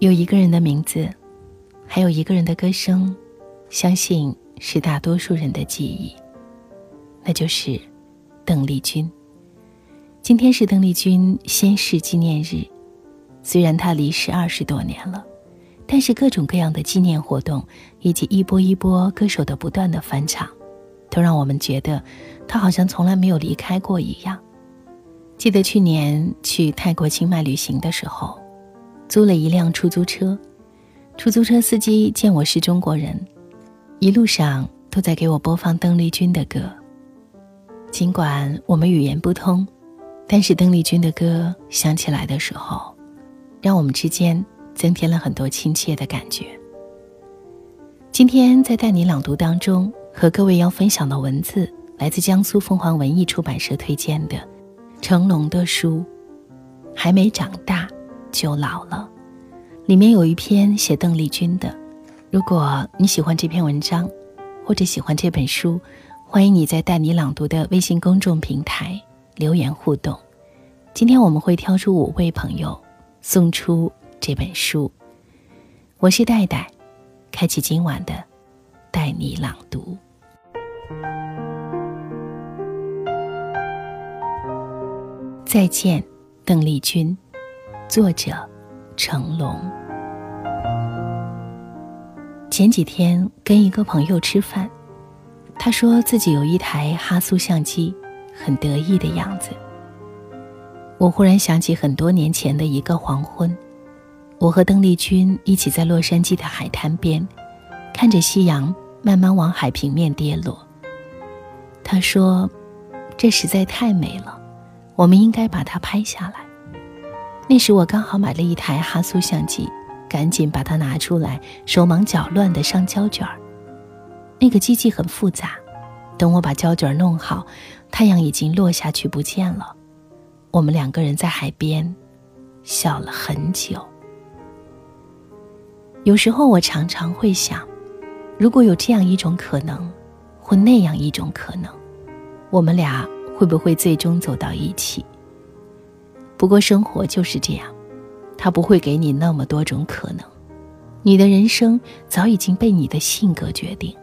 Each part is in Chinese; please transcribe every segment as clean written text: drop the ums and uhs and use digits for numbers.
有一个人的名字，还有一个人的歌声，相信是大多数人的记忆，那就是邓丽君。今天是邓丽君仙逝纪念日，虽然她离世20多年了，但是各种各样的纪念活动以及一波一波歌手的不断的返场，都让我们觉得她好像从来没有离开过一样。记得去年去泰国清迈旅行的时候，租了一辆出租车，出租车司机见我是中国人，一路上都在给我播放邓丽君的歌。尽管我们语言不通，但是邓丽君的歌响起来的时候，让我们之间增添了很多亲切的感觉。今天在带你朗读当中，和各位要分享的文字来自江苏凤凰文艺出版社推荐的成龙的书《还没长大就老了》，里面有一篇写邓丽君的。如果你喜欢这篇文章，或者喜欢这本书，欢迎你在带你朗读的微信公众平台留言互动。今天我们会挑出5位朋友送出这本书。我是戴戴，开启今晚的带你朗读。再见，邓丽君，作者成龙。前几天跟一个朋友吃饭，他说自己有一台哈苏相机，很得意的样子。我忽然想起很多年前的一个黄昏，我和邓丽君一起在洛杉矶的海滩边，看着夕阳慢慢往海平面跌落。他说这实在太美了，我们应该把它拍下来。那时我刚好买了一台哈苏相机，赶紧把它拿出来，手忙脚乱地上胶卷。那个机器很复杂，等我把胶卷弄好，太阳已经落下去不见了。我们2个人在海边笑了很久。有时候我常常会想，如果有这样一种可能，或那样一种可能，我们俩会不会最终走到一起？不过生活就是这样，它不会给你那么多种可能，你的人生早已经被你的性格决定。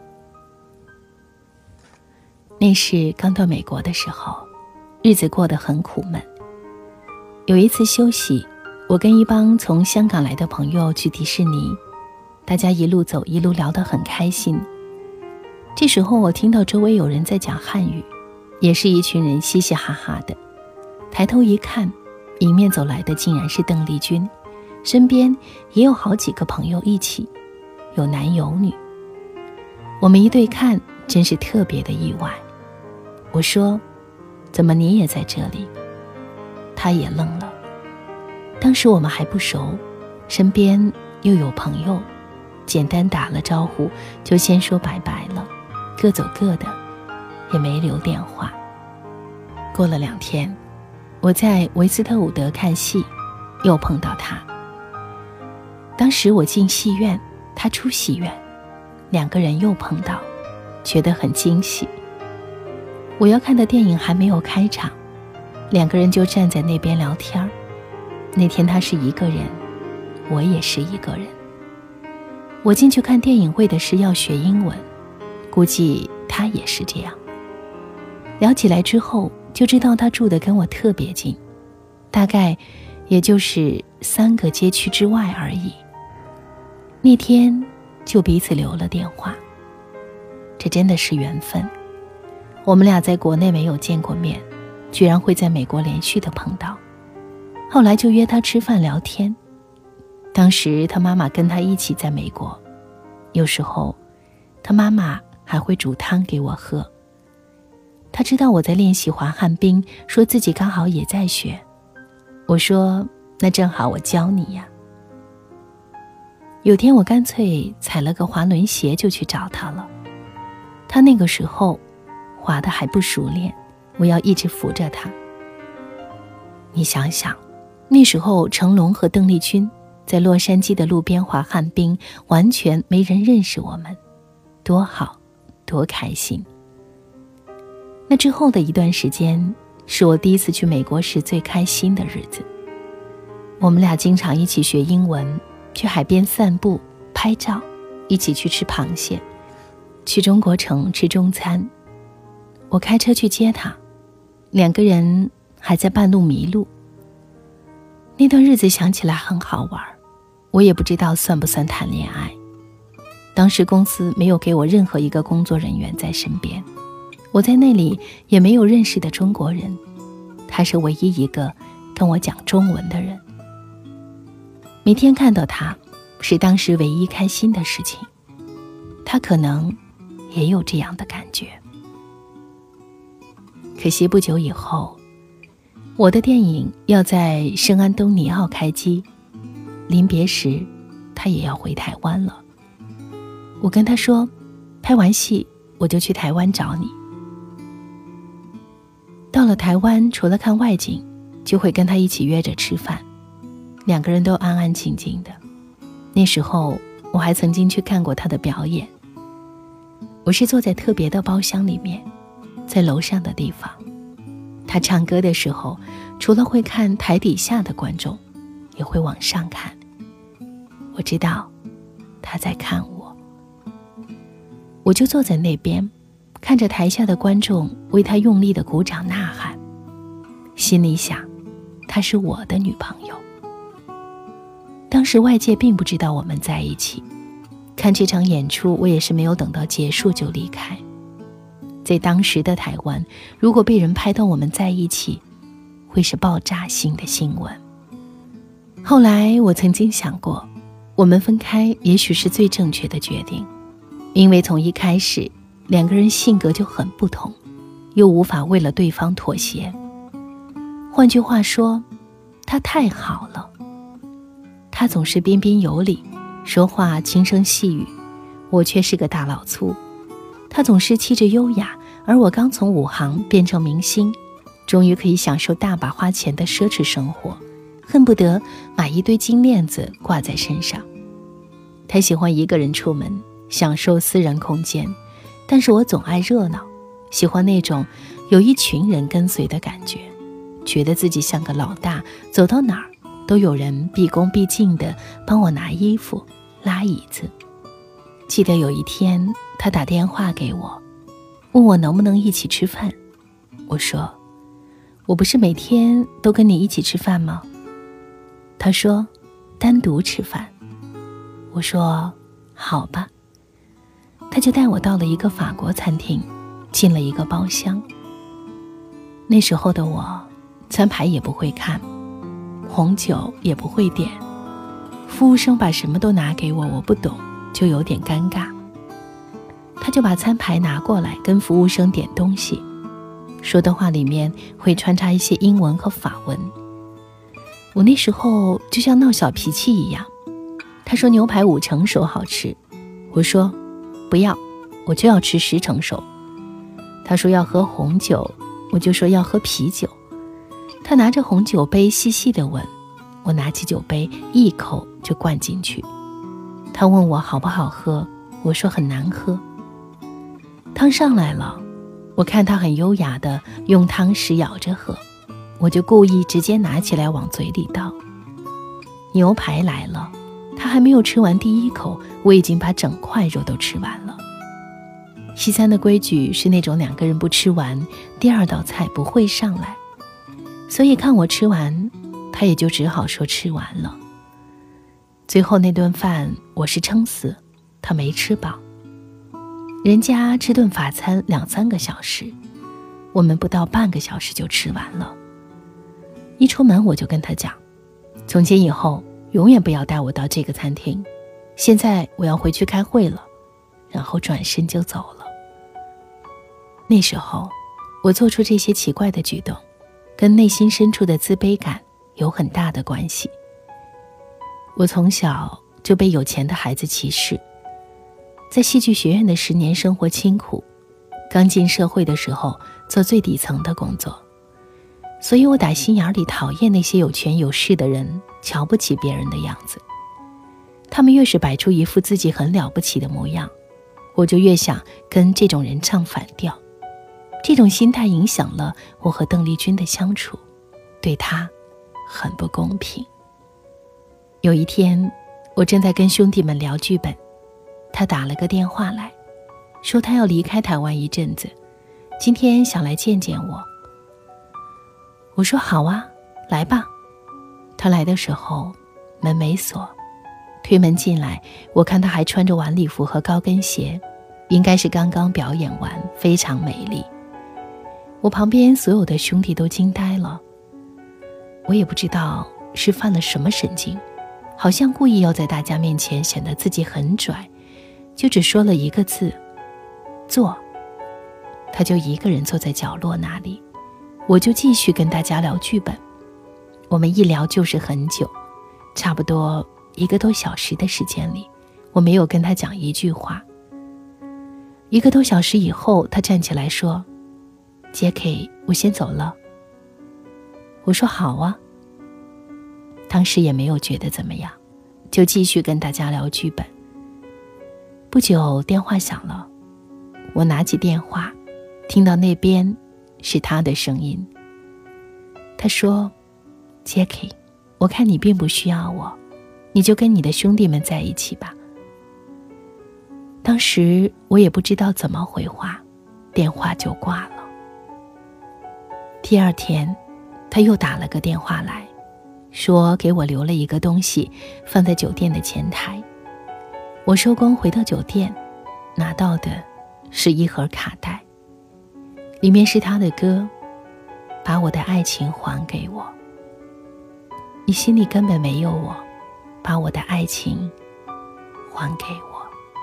那是刚到美国的时候，日子过得很苦闷。有一次休息，我跟一帮从香港来的朋友去迪士尼，大家一路走一路聊得很开心。这时候我听到周围有人在讲汉语，也是一群人嘻嘻哈哈的。抬头一看，迎面走来的竟然是邓丽君，身边也有好几个朋友一起，有男有女。我们一对看，真是特别的意外。我说，怎么你也在这里？他也愣了。当时我们还不熟，身边又有朋友，简单打了招呼就先说拜拜了，各走各的，也没留电话。过了2天，我在维斯特伍德看戏，又碰到他。当时我进戏院，他出戏院，2个人又碰到，觉得很惊喜。我要看的电影还没有开场，2个人就站在那边聊天。那天他是一个人，我也是一个人。我进去看电影为的是要学英文，估计他也是这样。聊起来之后，就知道他住的跟我特别近，大概也就是3个街区之外而已。那天就彼此留了电话，这真的是缘分。我们俩在国内没有见过面，居然会在美国连续的碰到。后来就约他吃饭聊天。当时他妈妈跟他一起在美国，有时候他妈妈还会煮汤给我喝。他知道我在练习滑旱冰，说自己刚好也在学。我说那正好我教你呀。有天我干脆踩了个滑轮鞋就去找他了。他那个时候滑得还不熟练，我要一直扶着他。你想想，那时候成龙和邓丽君在洛杉矶的路边滑旱冰，完全没人认识我们，多好，多开心。那之后的一段时间，是我第一次去美国时最开心的日子。我们俩经常一起学英文， 去海边散步拍照，一起去吃螃蟹，去中国城吃中餐。我开车去接他，2个人还在半路迷路。那段日子想起来很好玩，我也不知道算不算谈恋爱。当时公司没有给我任何一个工作人员在身边，我在那里也没有认识的中国人，他是唯一一个跟我讲中文的人。每天看到他是当时唯一开心的事情，他可能也有这样的感觉。可惜不久以后，我的电影要在圣安东尼奥开机，临别时他也要回台湾了。我跟他说，拍完戏我就去台湾找你。到了台湾，除了看外景，就会跟他一起约着吃饭，2个人都安安静静的。那时候我还曾经去看过他的表演，我是坐在特别的包厢里面，在楼上的地方。他唱歌的时候，除了会看台底下的观众，也会往上看。我知道他在看我，我就坐在那边，看着台下的观众为他用力的鼓掌呐喊，心里想，她是我的女朋友。当时外界并不知道我们在一起，看这场演出我也是没有等到结束就离开。在当时的台湾，如果被人拍到我们在一起，会是爆炸性的新闻。后来我曾经想过，我们分开也许是最正确的决定，因为从一开始2个人性格就很不同，又无法为了对方妥协。换句话说，他太好了，他总是彬彬有礼，说话轻声细语，我却是个大老粗。他总是气质优雅，而我刚从武行变成明星，终于可以享受大把花钱的奢侈生活，恨不得买一堆金链子挂在身上。他喜欢一个人出门，享受私人空间，但是我总爱热闹，喜欢那种有一群人跟随的感觉，觉得自己像个老大，走到哪儿都有人毕恭毕敬地帮我拿衣服拉椅子。记得有一天他打电话给我，问我能不能一起吃饭。我说，我不是每天都跟你一起吃饭吗？他说，单独吃饭。我说，好吧。他就带我到了一个法国餐厅，进了一个包厢。那时候的我，餐牌也不会看，红酒也不会点，服务生把什么都拿给我，我不懂，就有点尴尬。他就把餐牌拿过来跟服务生点东西，说的话里面会穿插一些英文和法文。我那时候就像闹小脾气一样，他说牛排5成熟好吃，我说不要，我就要吃10成熟。他说要喝红酒，我就说要喝啤酒。他拿着红酒杯细细地闻，我拿起酒杯一口就灌进去。他问我好不好喝，我说很难喝。汤上来了，我看他很优雅地用汤匙舀着喝，我就故意直接拿起来往嘴里倒。牛排来了，他还没有吃完第1口，我已经把整块肉都吃完了。西餐的规矩是那种2个人不吃完，第2道菜不会上来，所以看我吃完，他也就只好说吃完了。最后那顿饭我是撑死，他没吃饱。人家吃顿法餐2-3个小时，我们不到半个小时就吃完了。一出门我就跟他讲，从今以后永远不要带我到这个餐厅，现在我要回去开会了，然后转身就走了。那时候我做出这些奇怪的举动，跟内心深处的自卑感有很大的关系。我从小就被有钱的孩子歧视，在戏剧学院的10年生活清苦，刚进社会的时候做最底层的工作，所以我打心眼里讨厌那些有权有势的人，瞧不起别人的样子。他们越是摆出一副自己很了不起的模样，我就越想跟这种人唱反调。这种心态影响了我和邓丽君的相处，对她很不公平。有一天我正在跟兄弟们聊剧本，他打了个电话来，说他要离开台湾一阵子，今天想来见见我。我说好啊，来吧。他来的时候门没锁，推门进来，我看他还穿着晚礼服和高跟鞋，应该是刚刚表演完，非常美丽。我旁边所有的兄弟都惊呆了，我也不知道是犯了什么神经，好像故意要在大家面前显得自己很拽，就只说了一个字，坐。他就一个人坐在角落那里，我就继续跟大家聊剧本。我们一聊就是很久，差不多1个多小时的时间里，我没有跟他讲一句话。1个多小时以后，他站起来说：“Jackie，我先走了。”我说好啊。当时也没有觉得怎么样，就继续跟大家聊剧本。不久电话响了，我拿起电话，听到那边是他的声音。他说：“Jackie，我看你并不需要我，你就跟你的兄弟们在一起吧。”当时我也不知道怎么回话，电话就挂了。第2天，他又打了个电话来，说给我留了一个东西，放在酒店的前台。我收工回到酒店，拿到的是一盒卡带，里面是他的歌，把我的爱情还给我。你心里根本没有我，把我的爱情还给我。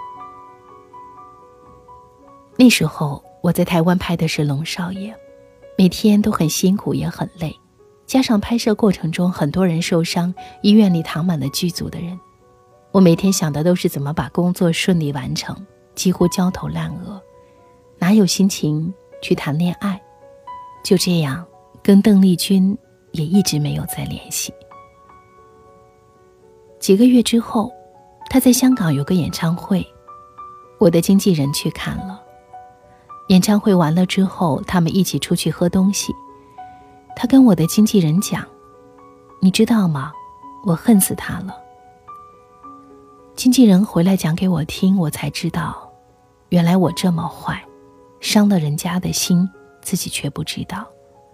那时候我在台湾拍的是龙少爷，每天都很辛苦也很累，加上拍摄过程中很多人受伤，医院里躺满了剧组的人，我每天想的都是怎么把工作顺利完成，几乎焦头烂额，哪有心情去谈恋爱。就这样跟邓丽君也一直没有再联系。几个月之后，他在香港有个演唱会，我的经纪人去看了。演唱会完了之后，他们一起出去喝东西。他跟我的经纪人讲：“你知道吗？我恨死他了。”经纪人回来讲给我听，我才知道，原来我这么坏，伤了人家的心，自己却不知道。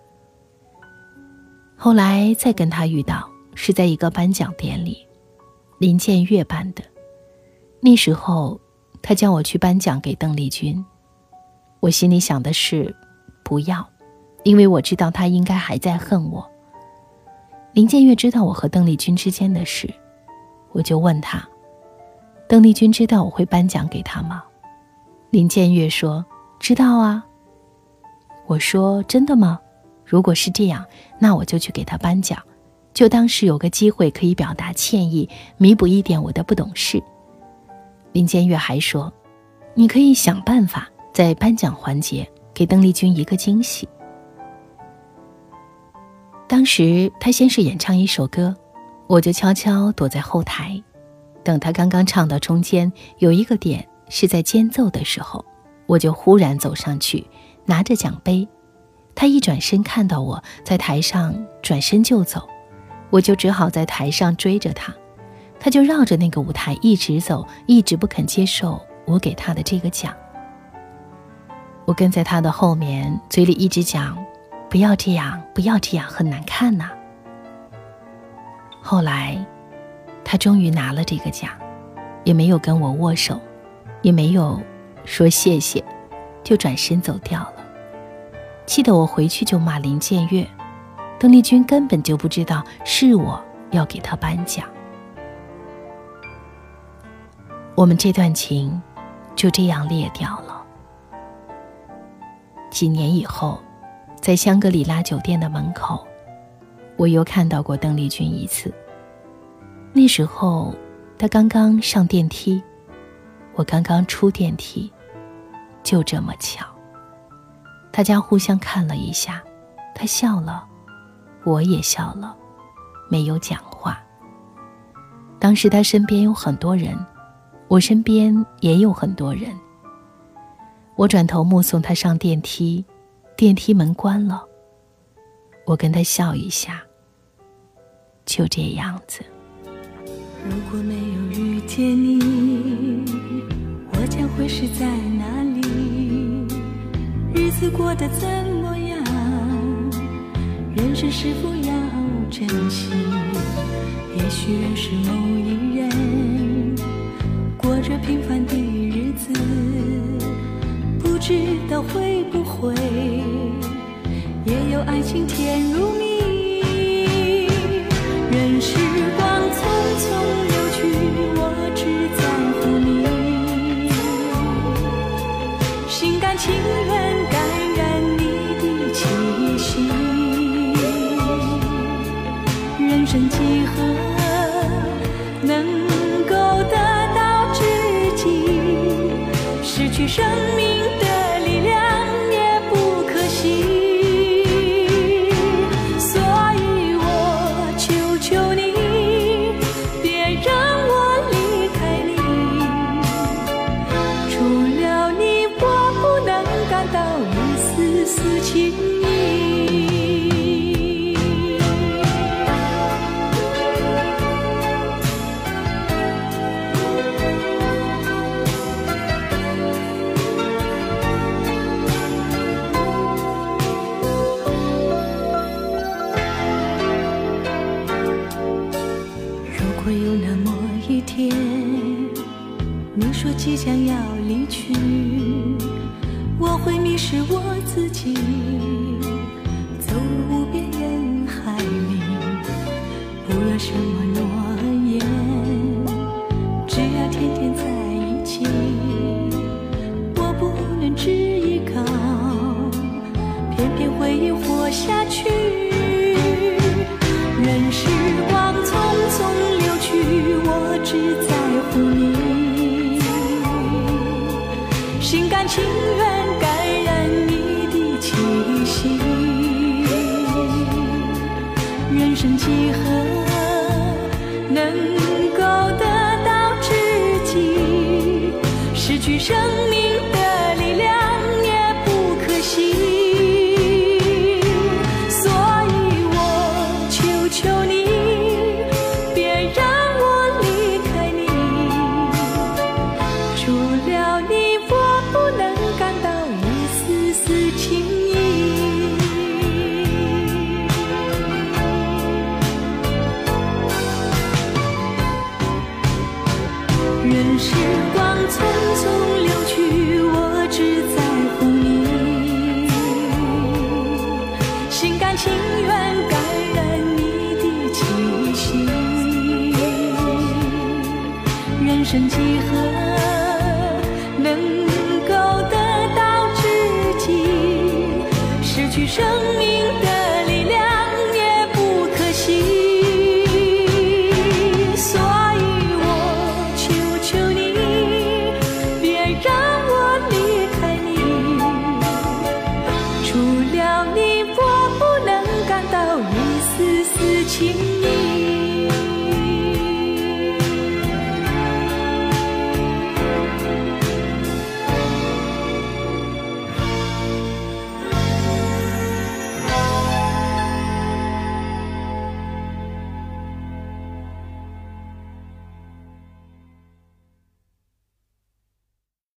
后来再跟他遇到，是在一个颁奖典礼，林建岳办的。那时候他叫我去颁奖给邓丽君，我心里想的是不要，因为我知道他应该还在恨我。林建岳知道我和邓丽君之间的事，我就问他：“邓丽君知道我会颁奖给她吗？”林建岳说：“知道啊。”我说：“真的吗？如果是这样，那我就去给她颁奖，就当是有个机会可以表达歉意，弥补一点我的不懂事。”林建岳还说：“你可以想办法在颁奖环节给邓丽君一个惊喜。”当时他先是演唱一首歌，我就悄悄躲在后台，等他刚刚唱到中间，有一个点是在间奏的时候，我就忽然走上去，拿着奖杯。他一转身看到我在台上，转身就走，我就只好在台上追着他。他就绕着那个舞台一直走，一直不肯接受我给他的这个奖。我跟在他的后面，嘴里一直讲：“不要这样，不要这样，很难看呐。”后来他终于拿了这个奖，也没有跟我握手，也没有说谢谢，就转身走掉了。气得我回去就骂林建岳，邓丽君根本就不知道是我要给她颁奖。我们这段情就这样裂掉了。几年以后，在香格里拉酒店的门口，我又看到过邓丽君一次。那时候她刚刚上电梯，我刚刚出电梯，就这么巧。大家互相看了一下，她笑了，我也笑了，没有讲话。当时她身边有很多人，我身边也有很多人。我转头目送她上电梯，电梯门关了，我跟她笑一下，就这样子。 如果没有见你，我将会是在哪里？日子过得怎么样？人生是否要珍惜？也许认识某一人，过着平凡的日子，不知道会不会也有爱情甜如蜜。任时光匆匆流去，我只在乎你，心甘情愿感染你的气息。人生几何能够得到知己？失去生命的力量也不可惜。会有那么一天，你说即将要离去，我会迷失我自己，走入无边人海里。不要什么诺言，只要天天在一起。我不能只依靠，偏偏回忆活下去。任时光匆匆流去，我只在乎你，心甘情愿感染你的气息。人生几何能够得到知己？失去生命的力量也不可惜。任时光匆匆流去，我只在乎你，心甘情愿感染你的气息。人生几何能够得到知己？失去生命的力量也不可惜。除了你，我不能感到一丝丝情意。